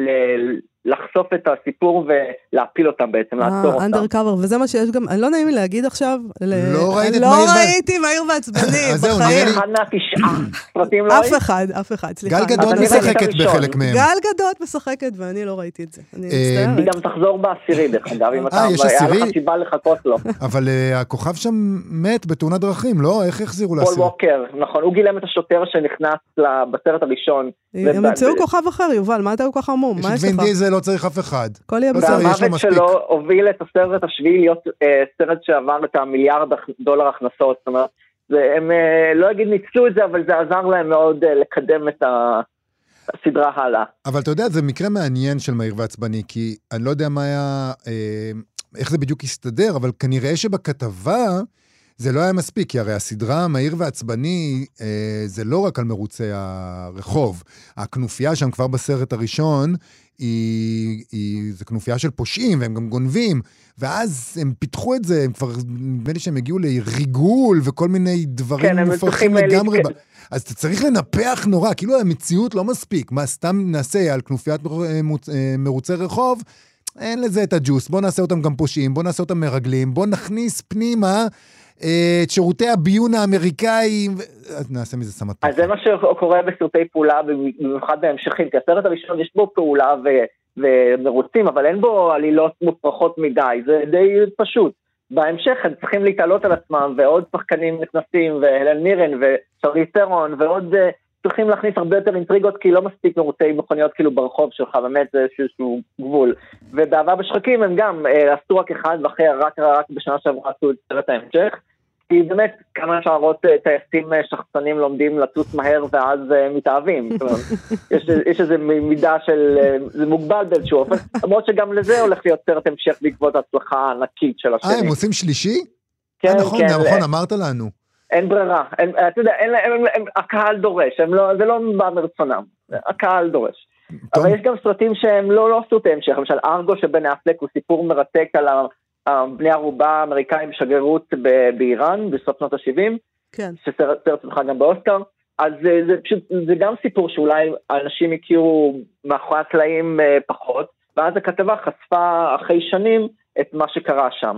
לחשוף את הסיפור ולהפיל אותם בעצם, לעצור אותם. אנדרקאבר, וזה מה שיש גם, אני לא נעים לי להגיד עכשיו, לא ראיתי מהיר ועצבני, בחיים. אחד מהתשעה סרטים לא אף אחד, אף אחד, סליחה. גל גדות משחקת בחלק מהם. גל גדות משחקת ואני לא ראיתי את זה. אני מצטערת. היא גם תחזור בעשירי, דרך אגב, אם אתה היה לך סיבה לחכות לו. אבל הכוכב שם מת בתאונת דרכים, לא? איך החזירו לעשירי? פול ווקר, נכון, הוא גילם את השוטר שנכנס בסרט הראשון. הם ימצאו כוכב אחר, יובל, מה אתה כל כך עמום? מה יש לך? לא צריך אף אחד. והמוות שלו הוביל את הסרט השביעי להיות סרט שעבר את המיליארד דולר הכנסות. זאת אומרת, הם לא אגיד ניצלו את זה, אבל זה עזר להם מאוד לקדם את הסדרה הלאה. אבל אתה יודע, זה מקרה מעניין של מהיר ועצבני, כי אני לא יודע מה היה, איך זה בדיוק יסתדר, אבל כנראה שבכתבה זה לא היה מספיק, כי הרי הסדרה מהיר ועצבני זה לא רק על מרוצי הרחוב. הכנופיה שם כבר בסרט הראשון, היא, היא, זה כנופיה של פושעים, והם גם גונבים, ואז הם פיתחו את זה, הם כבר, נדמה לי שהם הגיעו לריגול, וכל מיני דברים כן, מופרכים לגמרי. ב... אז אתה צריך לנפח נורא, כאילו המציאות לא מספיק, מה סתם נעשה על כנופיית מרוצי רחוב, אין לזה את הג'וס, בוא נעשה אותם גם פושעים, בוא נעשה אותם מרגלים, בוא נכניס פנימה, את שירותי הביון האמריקאי, אז נעשה מזה סמטה. אז זה מה שקורה בסרטי פעולה, במיוחד בהמשכים, כי הסרט הראשון יש בו פעולה ומרוצים, אבל אין בו עלילות מופרכות מדי, זה די פשוט. בהמשך הם צריכים להתעלות על עצמם, ועוד שחקנים נכנסים, והלן מירן ושרי טרון, ועוד צריכים להכניס הרבה יותר אינטריגות, כי לא מספיק מרוצי מכוניות כאילו ברחוב שלך, באמת זה איזשהו גבול. ובאהבה בשחקים הם גם עשו רק אחד, ואחרי רק, רק בשנה שעברה עשו את סרט ההמשך, כי באמת כמה שערות טייסים שחצנים לומדים לטוס מהר ואז מתאהבים. זאת אומרת, יש, יש איזו מידה של, זה מוגבל באיזשהו אופן, למרות שגם לזה הולך להיות סרט המשך בעקבות ההצלחה הענקית של השני. אה, הם עושים שלישי? כן, נכון, כן. נכון, אמרת לנו. אין ברירה, אין, אתה יודע, אין, אין, אין, אין, הקהל דורש, הם לא, זה לא בא מרצונם, הקהל דורש. טוב. אבל יש גם סרטים שהם לא, לא עשו את ההמשך, למשל ארגו שבן אפלק הוא סיפור מרתק על בני ערובה האמריקאים בשגרירות באיראן, בסוף שנות ה-שבעים, כן. שסרט צלחה גם באוסקר, אז זה, זה, פשוט, זה גם סיפור שאולי אנשים הכירו מאחורי הקלעים פחות, ואז הכתבה חשפה אחרי שנים את מה שקרה שם.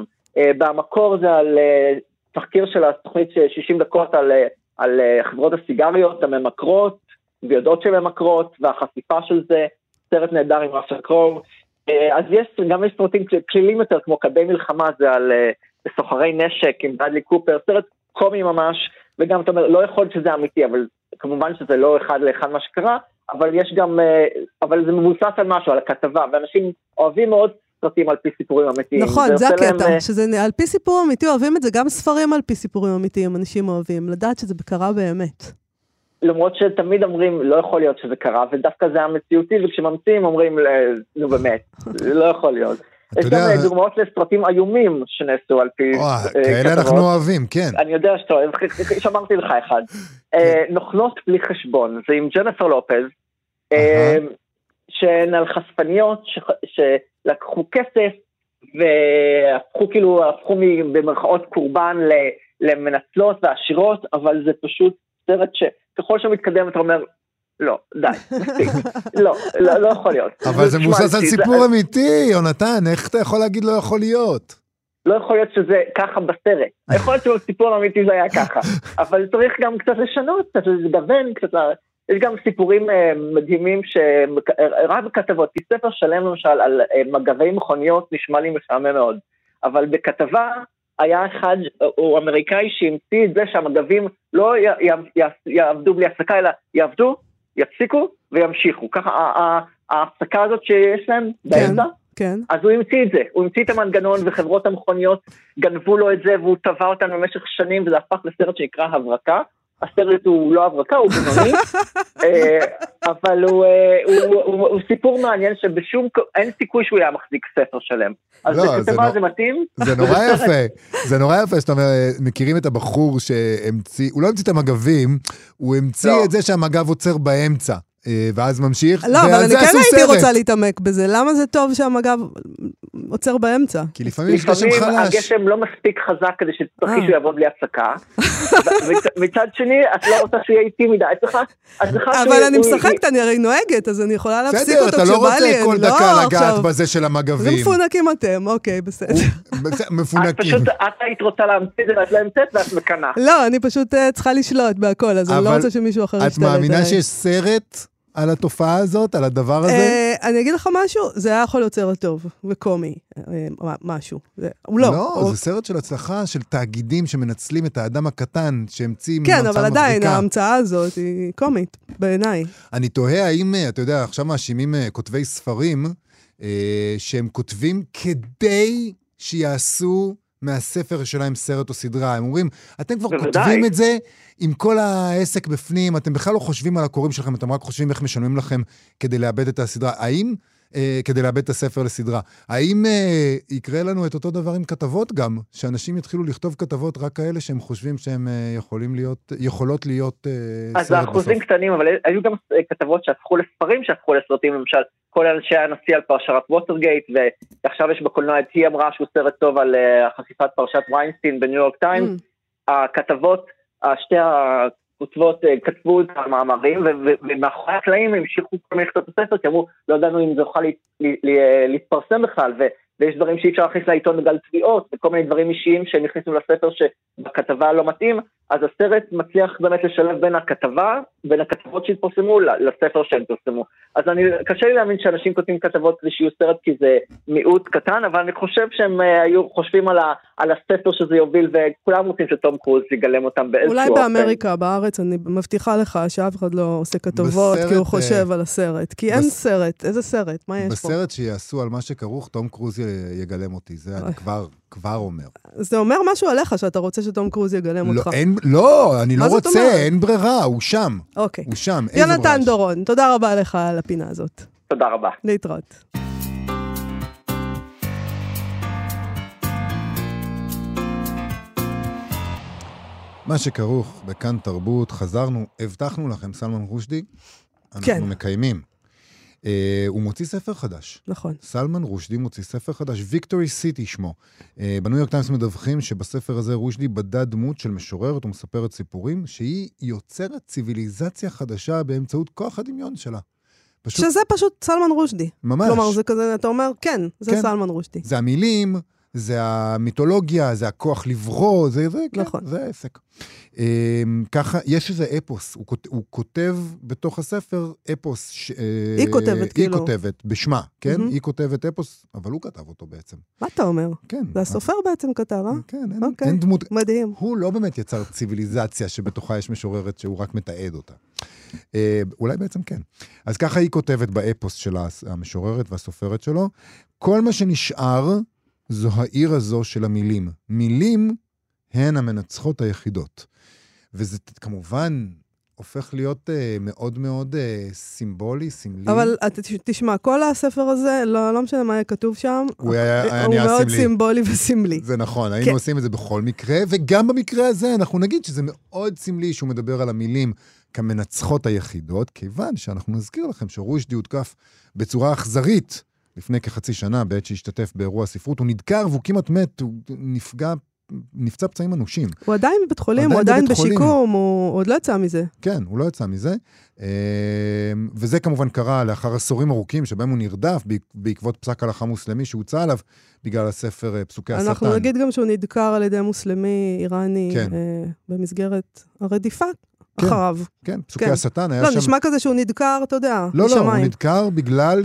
במקור זה על תחקיר של התוכנית שישים דקות על, על חברות הסיגריות הממכרות, ויודעות שהן ממכרות, והחשיפה של זה, סרט נהדר עם ראסל קרוב. אז יש גם יש סרטים כלילים יותר, כמו כלבי מלחמה, זה על סוחרי נשק עם ברדלי קופר, סרט קומי ממש, וגם אתה אומר, לא יכול שזה אמיתי, אבל כמובן שזה לא אחד לאחד מה שקרה, אבל יש גם, אבל זה מבוסס על משהו, על הכתבה, ואנשים אוהבים מאוד סרטים על פי סיפורים אמיתיים. נכון, זה הקטע, להם... שזה על פי סיפור אמיתי, אוהבים את זה, גם ספרים על פי סיפורים אמיתיים, אנשים אוהבים, לדעת שזה קרה באמת. למרות שתמיד אומרים, לא יכול להיות שזה קרה, ודווקא זה המציאותי, וכשממציאים אומרים, נו באמת, לא יכול להיות. יש גם דוגמאות לסרטים איומים שנעשו על פי כתבות. כאלה אנחנו אוהבים, כן. אני יודע שאתה אוהב, שמרתי לך אחד. נוכלות בלי חשבון, זה עם ג'ניפר לופז, שהן על חשפניות שלקחו כסף, והפכו כאילו, הפכו במרכאות קורבן למנצלות ועשירות, אבל זה פשוט סרט שככל שמתקדם אתה אומר, לא, די, מספיק, לא, לא יכול להיות. אבל זה מבוסס על סיפור אמיתי, יונתן, איך אתה יכול להגיד לא יכול להיות? לא יכול להיות שזה ככה בסרט. יכול להיות שבסיפור האמיתי זה היה ככה. אבל צריך גם קצת לשנות, קצת לדוון, קצת... יש גם סיפורים מדהימים שרב כתבות, כי ספר שלם למשל על מגבי מכוניות נשמע לי משעמם מאוד. אבל בכתבה היה אחד, הוא אמריקאי שהמציא את זה שהמגבים לא יעבדו בלי הפסקה, אלא יעבדו, יפסיקו וימשיכו. ככה ההפסקה הזאת שיש להם באמצע, כן. אז הוא המציא את זה, הוא המציא את המנגנון וחברות המכוניות גנבו לו את זה והוא טבע אותנו במשך שנים וזה הפך לסרט שנקרא הברקה. הסרט הוא לא הברקה, הוא בינוני, אבל הוא סיפור מעניין שבשום, אין סיכוי שהוא היה מחזיק ספר שלם. אז בכתבה זה מתאים? זה נורא יפה, זה נורא יפה, זאת אומרת, מכירים את הבחור שהמציא, הוא לא המציא את המגבים, הוא המציא את זה שהמגב עוצר באמצע. ואז ממשיך, לא, אבל אני כן הייתי רוצה להתעמק בזה. למה זה טוב שהמגב עוצר באמצע? כי לפעמים יש גשם חלש. לפעמים הגשם לא מספיק חזק כדי שתצטרכי שהוא יעבוד בלי הפסקה. מצד שני, את לא רוצה שהוא יהיה איטי מדי. אבל אני משחקת, אני הרי נוהגת, אז אני יכולה להפסיק אותו כשבא לי. בסדר, אתה לא רוצה כל דקה לגעת בזה של המגבים. זה מפונקים אתם, אוקיי, בסדר. מפונקים. את היית רוצה להמציא את זה ואת לא המצאת ואת מקנה. לא, אני פשוט צריכה לשלוט בהכל, אז אני לא רוצה שמישהו אחר ישתלט. את מאמינה שיש סרט על התופעה הזאת, על הדבר הזה? אני אגיד לך משהו, זה היה יכול להיות סרט טוב וקומי, משהו. לא. לא, זה סרט של הצלחה, של תאגידים שמנצלים את האדם הקטן, שהמציא כן, אבל עדיין, ההמצאה הזאת היא קומית, בעיניי. אני תוהה האם, אתה יודע, עכשיו מאשימים כותבי ספרים, שהם כותבים כדי שיעשו מהספר שלהם סרט או סדרה. הם אומרים, אתם כבר כותבים את זה עם כל העסק בפנים, אתם בכלל לא חושבים על הקוראים שלכם, אתם רק חושבים איך משלמים לכם כדי לאבד את הסדרה. האם, אה, כדי לאבד את הספר לסדרה, האם אה, יקרה לנו את אותו דבר עם כתבות גם, שאנשים יתחילו לכתוב כתבות רק כאלה שהם חושבים שהם אה, יכולים להיות, יכולות להיות אה, סרט בסוף? אז האחוזים קטנים, אבל היו גם כתבות שהפכו לספרים, שהפכו לסרטים, למשל, כל אנשי הנשיא על פרשת ווטרגייט, ועכשיו יש בקולנוע את היא אמרה שהוא סרט טוב על uh, חשיפת פרשת ויינסטיין בניו יורק טיימס, mm. הכתבות, שתי הכותבות uh, כתבו את המאמרים, ומאחורי הקלעים הם המשיכו כל מיני לכתוב את הספר, כי אמרו, לא ידענו אם זה יוכל להתפרסם בכלל, ויש דברים שאי אפשר להכניס לעיתון בגלל תביעות, וכל מיני דברים אישיים שהם הכניסו לספר שבכתבה לא מתאים, אז הסרט מצליח באמת לשלב בין הכתבה, בין הכתבות שהתפרסמו לספר שהם פרסמו. אז אני, קשה לי להאמין שאנשים כותבים כתבות כדי שיהיו סרט, כי זה מיעוט קטן, אבל אני חושב שהם היו חושבים על, ה, על הספר שזה יוביל, וכולם רוצים שתום קרוז יגלם אותם באיזשהו אולי באמריקה, בארץ, אני מבטיחה לך שאף אחד לא עושה כתובות, כי הוא חושב על הסרט. כי אין סרט, איזה סרט? מה יש פה? בסרט שיעשו על מה שכרוך, תום קרוז יגלם אותי, זה אני כבר, כבר אומר. זה אומר משהו עליך, שאתה רוצה שתום קרוז יגלם אותך. לא, אני לא רוצה, אין ברירה, הוא שם. אוקיי. הוא שם, יונתן דורון, תודה רבה לך על הפינה הזאת. תודה רבה. להתראות. מה שכרוך בכאן תרבות, חזרנו, הבטחנו לכם, סלמן רושדי, אנחנו כן. מקיימים. Uh, הוא מוציא ספר חדש. נכון. סלמן רושדי מוציא ספר חדש, ויקטורי סיטי שמו. Uh, בניו יורק טיימס מדווחים שבספר הזה רושדי בדה דמות של משוררת ומספרת סיפורים, שהיא יוצרת ציוויליזציה חדשה באמצעות כוח הדמיון שלה. פשוט... שזה פשוט סלמן רושדי. ממש. כלומר, זה כזה, אתה אומר, כן, זה כן. סלמן רושדי. זה המילים, זה המיתולוגיה, זה הכוח לברוא, זה, זה, נכון. כן, זה העסק. Um, ככה, יש איזה אפוס, הוא, הוא כותב בתוך הספר אפוס, ש, היא כותבת, היא כאילו. היא כותבת, בשמה, כן? Mm-hmm. היא כותבת אפוס, אבל הוא כתב אותו בעצם. מה אתה אומר? כן. זה הסופר מה... בעצם כתב, אה? כן, אין, אוקיי. אין דמות. מדהים. הוא לא באמת יצר ציוויליזציה שבתוכה יש משוררת שהוא רק מתעד אותה. Uh, אולי בעצם כן. אז ככה היא כותבת באפוס של המשוררת והסופרת שלו. כל מה שנשאר זו העיר הזו של המילים. מילים הן המנצחות היחידות. וזה כמובן הופך להיות uh, מאוד מאוד uh, סימבולי, סמלי. אבל תשמע, כל הספר הזה, לא, לא משנה מה היה כתוב שם, הוא, היה, היה הוא מאוד סמלי. סימבולי וסמלי. זה נכון, היינו כן. עושים את זה בכל מקרה, וגם במקרה הזה אנחנו נגיד שזה מאוד סמלי שהוא מדבר על המילים כמנצחות היחידות, כיוון שאנחנו נזכיר לכם שרושדי הותקף בצורה אכזרית, לפני כחצי שנה, בעת שהשתתף באירוע הספרות, הוא נדקר והוא כמעט מת, הוא נפגע נפצע פצעים אנושים. הוא עדיין בבית חולים, הוא עדיין בשיקום, הוא עוד לא יצא מזה. כן, הוא לא יצא מזה. וזה כמובן קרה לאחר עשורים ארוכים, שבהם הוא נרדף בעקבות פסק הלכה מוסלמי שהוצא עליו, בגלל הספר פסוקי השטן. אנחנו נגיד גם שהוא נדקר על ידי מוסלמי איראני, במסגרת הרדיפה. אחריו. כן, פסוקי השטן היה שם... לא, נשמע כזה שהוא נדקר, אתה יודע, לא, לא, הוא נדקר בגלל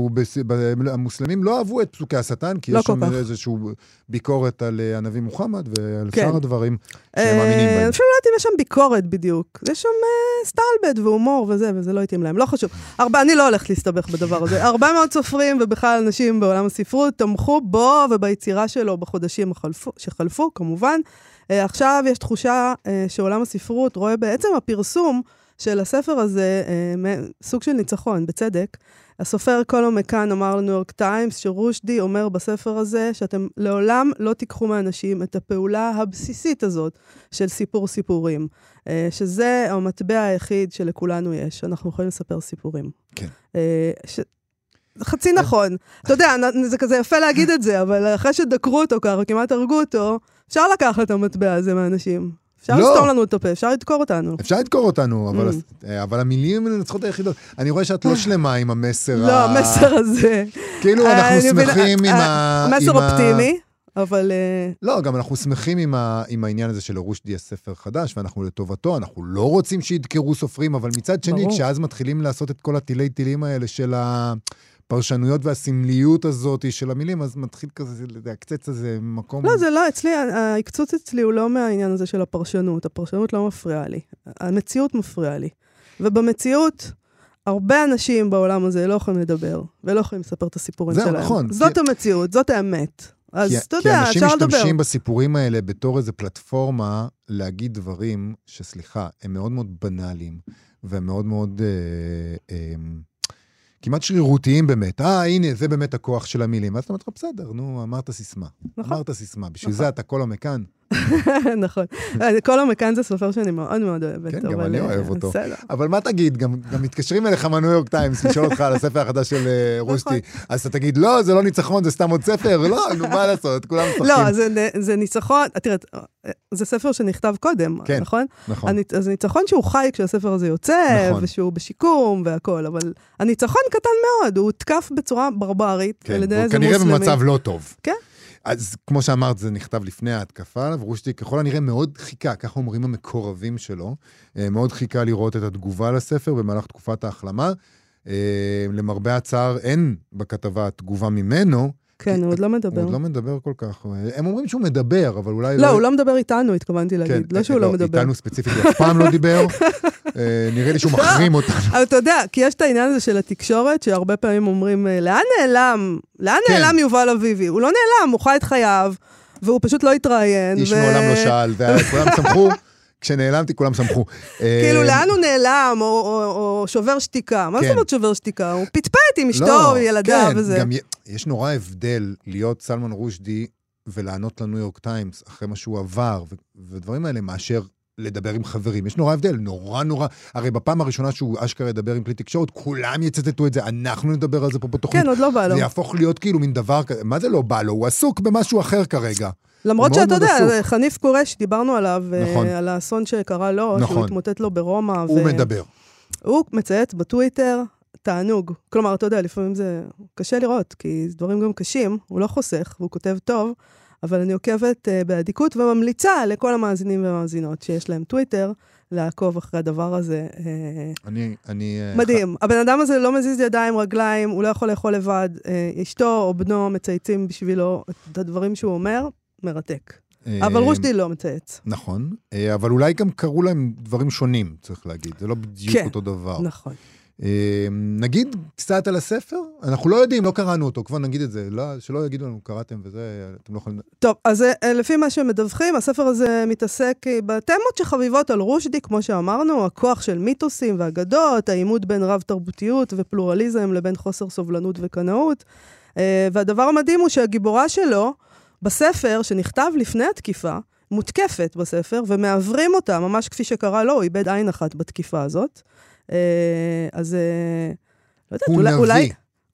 שהמוסלמים לא אהבו את פסוקי השטן, כי יש שם איזושהי ביקורת על הנביא מוחמד ועל שאר הדברים שהם מאמינים בהם. אני חושב לא יודעת אם יש שם ביקורת בדיוק. יש שם סטלבט והומור וזה, וזה לא התאים להם. לא חשוב. אני לא הולכת להסתבך בדבר הזה. הרבה מאוד סופרים ובכלל אנשים בעולם הספרות תמכו בו וביצירה שלו בחודשים שחלפו, כמובן. עכשיו יש תחושה שעולם הספרות רואה בעצם הפרסום של הספר הזה סוג של ניצחון, בצדק. הסופר קולו מקאן אמר לניו יורק טיימס שרושדי אומר בספר הזה שאתם לעולם לא תיקחו מאנשים את הפעולה הבסיסית הזאת של סיפור סיפורים, שזה המטבע היחיד שלכולנו יש, אנחנו יכולים לספר סיפורים. כן. ש... חצי נכון. אתה יודע, זה כזה יפה להגיד את זה, אבל אחרי שדקרו אותו ככה, כמעט הרגו אותו, אפשר לקחת את המטבע הזה מאנשים. אפשר לסתום לנו את הפה, אפשר לדקור אותנו. אפשר לדקור אותנו, אבל המילים מנצחות היחידות. אני רואה שאת לא שלמה עם המסר. לא, המסר הזה. כאילו אנחנו שמחים עם ה... מסר אופטימי, אבל... לא, גם אנחנו שמחים עם העניין הזה של רושדי יש ספר חדש, ואנחנו לטובתו, אנחנו לא רוצים שידקרו סופרים, אבל מצד שני, כשאז מתחילים לעשות את כל הטילי טילים האלה של ה... פרשנויות והסמליות הזאת של המילים, אז מתחיל כזה, להקצץ איזה מקום... לא, זה לא, אצלי, ההקצוץ אצלי הוא לא מהעניין הזה של הפרשנות. הפרשנות לא מפריעה לי. המציאות מפריעה לי. ובמציאות, הרבה אנשים בעולם הזה לא יכולים לדבר, ולא יכולים לספר את הסיפורים שלהם. זהו, נכון. זאת המציאות, זאת האמת. אז אתה יודע, אפשר לדבר. כי אנשים משתמשים בסיפורים האלה בתור איזו פלטפורמה להגיד דברים שסליחה, הם מאוד מאוד בנאליים, והם מאוד מאוד... אה, אה, כמעט שרירותיים באמת. אה, הנה, זה באמת הכוח של המילים. אז אתה אומר, בסדר, נו, אמרת סיסמה. נכון. אמרת סיסמה. בשביל זה אתה קולו מקאן. נכון. קולו מקאן זה סופר שאני מאוד מאוד אוהבת. כן, גם אני אוהב אותו. אבל מה תגיד? גם מתקשרים אליך מהניו יורק טיימס, לשאול אותך על הספר החדש של רושדי. אז אתה תגיד, לא, זה לא ניצחון, זה סתם עוד ספר. לא, נו, מה לעשות? כולם משחקים. לא, זה ניצחון, תראה, זה ספר שנכתב קודם, נכון? נכון. אז ניצחון שהוא חי כשהספר הזה יוצא, ושהוא בשיקום והכל, אבל הניצחון קטן מאוד, הוא הותקף בצורה ברברית. כן, הוא כנראה במצב לא טוב. כן. אז כמו שאמרת, זה נכתב לפני ההתקפה, ורושדי ככל הנראה מאוד חיכה, ככה אומרים המקורבים שלו, מאוד חיכה לראות את התגובה לספר במהלך תקופת ההחלמה. למרבה הצער, אין בכתבה תגובה ממנו. כן, הוא עוד לא מדבר. הוא עוד לא מדבר כל כך. הם אומרים שהוא מדבר, אבל אולי לא... לא, הוא לא מדבר איתנו, התכוונתי להגיד. לא שהוא לא מדבר. איתנו ספציפית, הוא אף פעם לא דיבר. נראה לי שהוא מחרים אותנו. אבל אתה יודע, כי יש את העניין הזה של התקשורת, שהרבה פעמים אומרים, לאן נעלם? לאן נעלם יובל אביבי? הוא לא נעלם, הוא חי את חייו, והוא פשוט לא התראיין. איש מעולם לא שאל, וכולם שמחו. כשנעלמתי, כולם שמחו. כאילו, לאן הוא נעלם, או שובר שתיקה? מה זאת אומרת שובר שתיקה? הוא פטפט עם אשתו, ילדיו וזה. גם יש נורא הבדל להיות סלמן רושדי ולענות לניו יורק טיימס אחרי מה שהוא עבר, ודברים האלה מאשר לדבר עם חברים. יש נורא הבדל, נורא נורא. הרי בפעם הראשונה שהוא אשכרה ידבר עם כלי תקשורת, כולם יצטטו את זה, אנחנו נדבר על זה פה בתוכנית. כן, עוד לא בא לו. זה יהפוך להיות כאילו מין דבר כזה. מה זה לא בא לו? הוא עסוק במשהו אחר כרגע. למרות שאתה יודע, חניף קורש, דיברנו עליו, על האסון שקרה לו, שהוא התמוטט לו ברומא. הוא מדבר. הוא מצייץ בטוויטר, תענוג. כלומר, אתה יודע, לפעמים זה קשה לראות, כי דברים גם קשים, הוא לא חוסך, והוא כותב טוב, אבל אני עוקבת בעדיקות וממליצה לכל המאזינים והמאזינות שיש להם טוויטר, לעקוב אחרי הדבר הזה. אני, אני... מדהים. הבן אדם הזה לא מזיז ידיים, רגליים, הוא לא יכול לאכול לבד. אשתו או בנו מצייצים בשבילו את הדברים שהוא אומר, מרתק. אבל רושדי לא מצייץ. נכון, אבל אולי גם קראו להם דברים שונים, צריך להגיד. זה לא בדיוק אותו דבר. כן, נכון. נגיד קצת על הספר, אנחנו לא יודעים, לא קראנו אותו, כבר נגיד את זה, שלא יגידו לנו, קראתם וזה, אתם לא יכולים... טוב, אז לפי מה שמדווחים, הספר הזה מתעסק בתמות שחביבות על רושדי, כמו שאמרנו, הכוח של מיתוסים ואגדות, העימות בין רב תרבותיות ופלורליזם לבין חוסר סובלנות וקנאות, והדבר המדהים הוא שהגיבורה שלו, בספר שנכתב לפני התקיפה, מותקפת בספר, ומעברים אותה, ממש כפי שקרה לו, הוא איבד עין אחת בתקיפה הזאת. אז, לא יודעת, הוא אולי, נביא. אולי,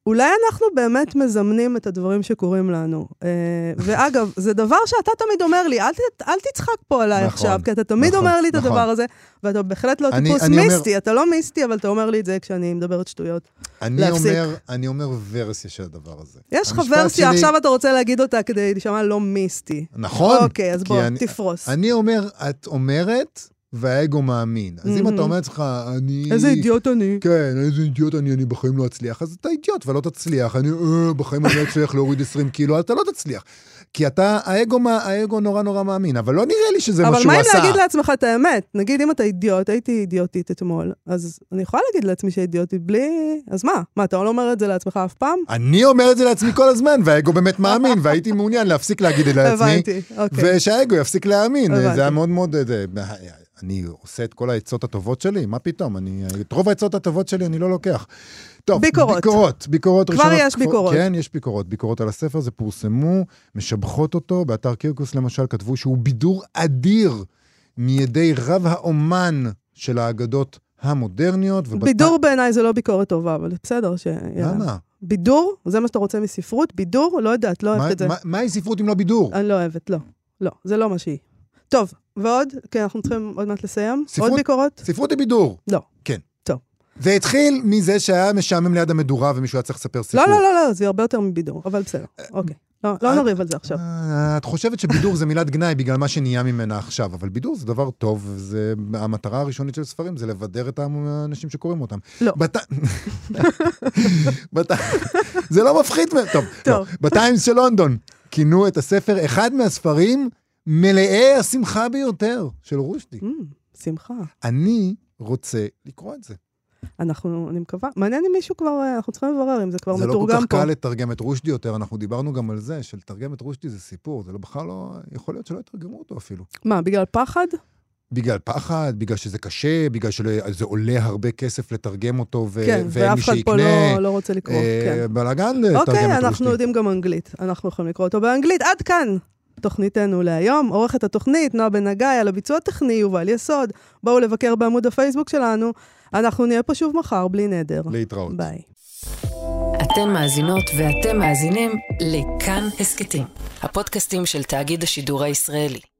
אולי אנחנו באמת מזמנים את הדברים שקורים לנו. ואגב, זה דבר שאתה תמיד אומר לי, אל תצחק פה עליי עכשיו, כי אתה תמיד אומר לי את הדבר הזה, ואתה בהחלט לא טיפוס מיסטי, אתה לא מיסטי, אבל אתה אומר לי את זה כשאני מדברת שטויות. אני אומר ורסיה של הדבר הזה. יש לך ורסיה, עכשיו אתה רוצה להגיד אותה כדי לשמוע לא מיסטי. נכון. אוקיי, אז בוא, תפרוס. אני אומר, את אומרת, והאגו מאמין. אז אם אתה אומר לך, אני... איזה אידיוט אני. כן, איזה אידיוט אני, אני בחיים לא אצליח. אז אתה אידיוט ולא תצליח. אני, אה, בחיים אני לא אצליח להוריד עשרים קילו, אתה לא תצליח. כי אתה, האגו, האגו נורא נורא מאמין, אבל לא נראה לי שזה מה שהוא עשה. אבל מה אם להגיד לעצמך את האמת? נגיד, אם אתה אידיוט, הייתי אידיוטית אתמול, אז אני יכולה להגיד לעצמי שאידיוטית בלי... אז מה? מה, אתה לא אומר את זה לעצמך אף פעם? אני אומר את זה לעצמי כל הזמן, והאגו באמת מאמין, והייתי מעוניין להפסיק להגיד את זה לעצמי, ושהאגו יפסיק להאמין. זה היה מאוד מאוד... אני עושה את כל העצות הטובות שלי, מה פתאום? אני, את רוב העצות הטובות שלי אני לא לוקח. טוב, ביקורות. ביקורות, ביקורות כבר ראשונות. יש ביקורות. כן, יש ביקורות. ביקורות על הספר, זה פורסמו, משבחות אותו, באתר קירקוס למשל כתבו שהוא בידור אדיר מידי רב האומן של האגדות המודרניות. ובת... בידור בעיניי זה לא ביקורת טובה, אבל בסדר ש... למה? בידור? זה מה שאתה רוצה מספרות? בידור? לא יודעת, לא אוהבת את זה. מהי ספרות אם לא בידור? אני לא אוהבת, לא. לא, זה לא מה שהיא. טוב, ועוד? כן, אנחנו צריכים עוד מעט לסיים. ספרות, עוד ביקורות? ספרות היא בידור. לא. כן. טוב. זה התחיל מזה שהיה משעמם ליד המדורה ומישהו היה צריך לספר סיפור. לא, לא, לא, לא, זה הרבה יותר מבידור, אבל בסדר. אוקיי. לא, לא נריב על זה עכשיו. את חושבת שבידור זה מילת גנאי בגלל מה שנהיה ממנה עכשיו, אבל בידור זה דבר טוב, וזה המטרה הראשונית של ספרים, זה לבדר את האנשים שקוראים אותם. לא. זה לא מפחיד. טוב. בטיימס של לונדון כינו את הספר אחד מהספרים מלאי השמחה ביותר של רושדי. שמחה. אני רוצה לקרוא את זה. אנחנו, אני מקווה, מעניין אם מישהו כבר, אנחנו צריכים לברר אם זה כבר מתורגם פה. זה לא כל כך קל לתרגם את רושדי יותר, אנחנו דיברנו גם על זה, של תרגם את רושדי זה סיפור, זה לא בכלל לא, יכול להיות שלא יתרגמו אותו אפילו. מה, בגלל פחד? בגלל פחד, בגלל שזה קשה, בגלל שזה עולה הרבה כסף לתרגם אותו, כן, ואף אחד פה לא, לא רוצה לקרוא. כן. בלגן לתרגם את רושדי. אוקיי, אנחנו יודעים גם אנגלית, אנחנו יכולים לקרוא אותו באנגלית, עד כאן. תוכניתנו להיום, עורכת התוכנית, נועה בן הגיא, על הביצוע הטכני, יובל יסוד. בואו לבקר בעמוד הפייסבוק שלנו. אנחנו נהיה פה שוב מחר, בלי נדר. להתראות. ביי. אתן מאזינות ואתם מאזינים לכאן הסקטים, הפודקאסטים של תאגיד השידור הישראלי.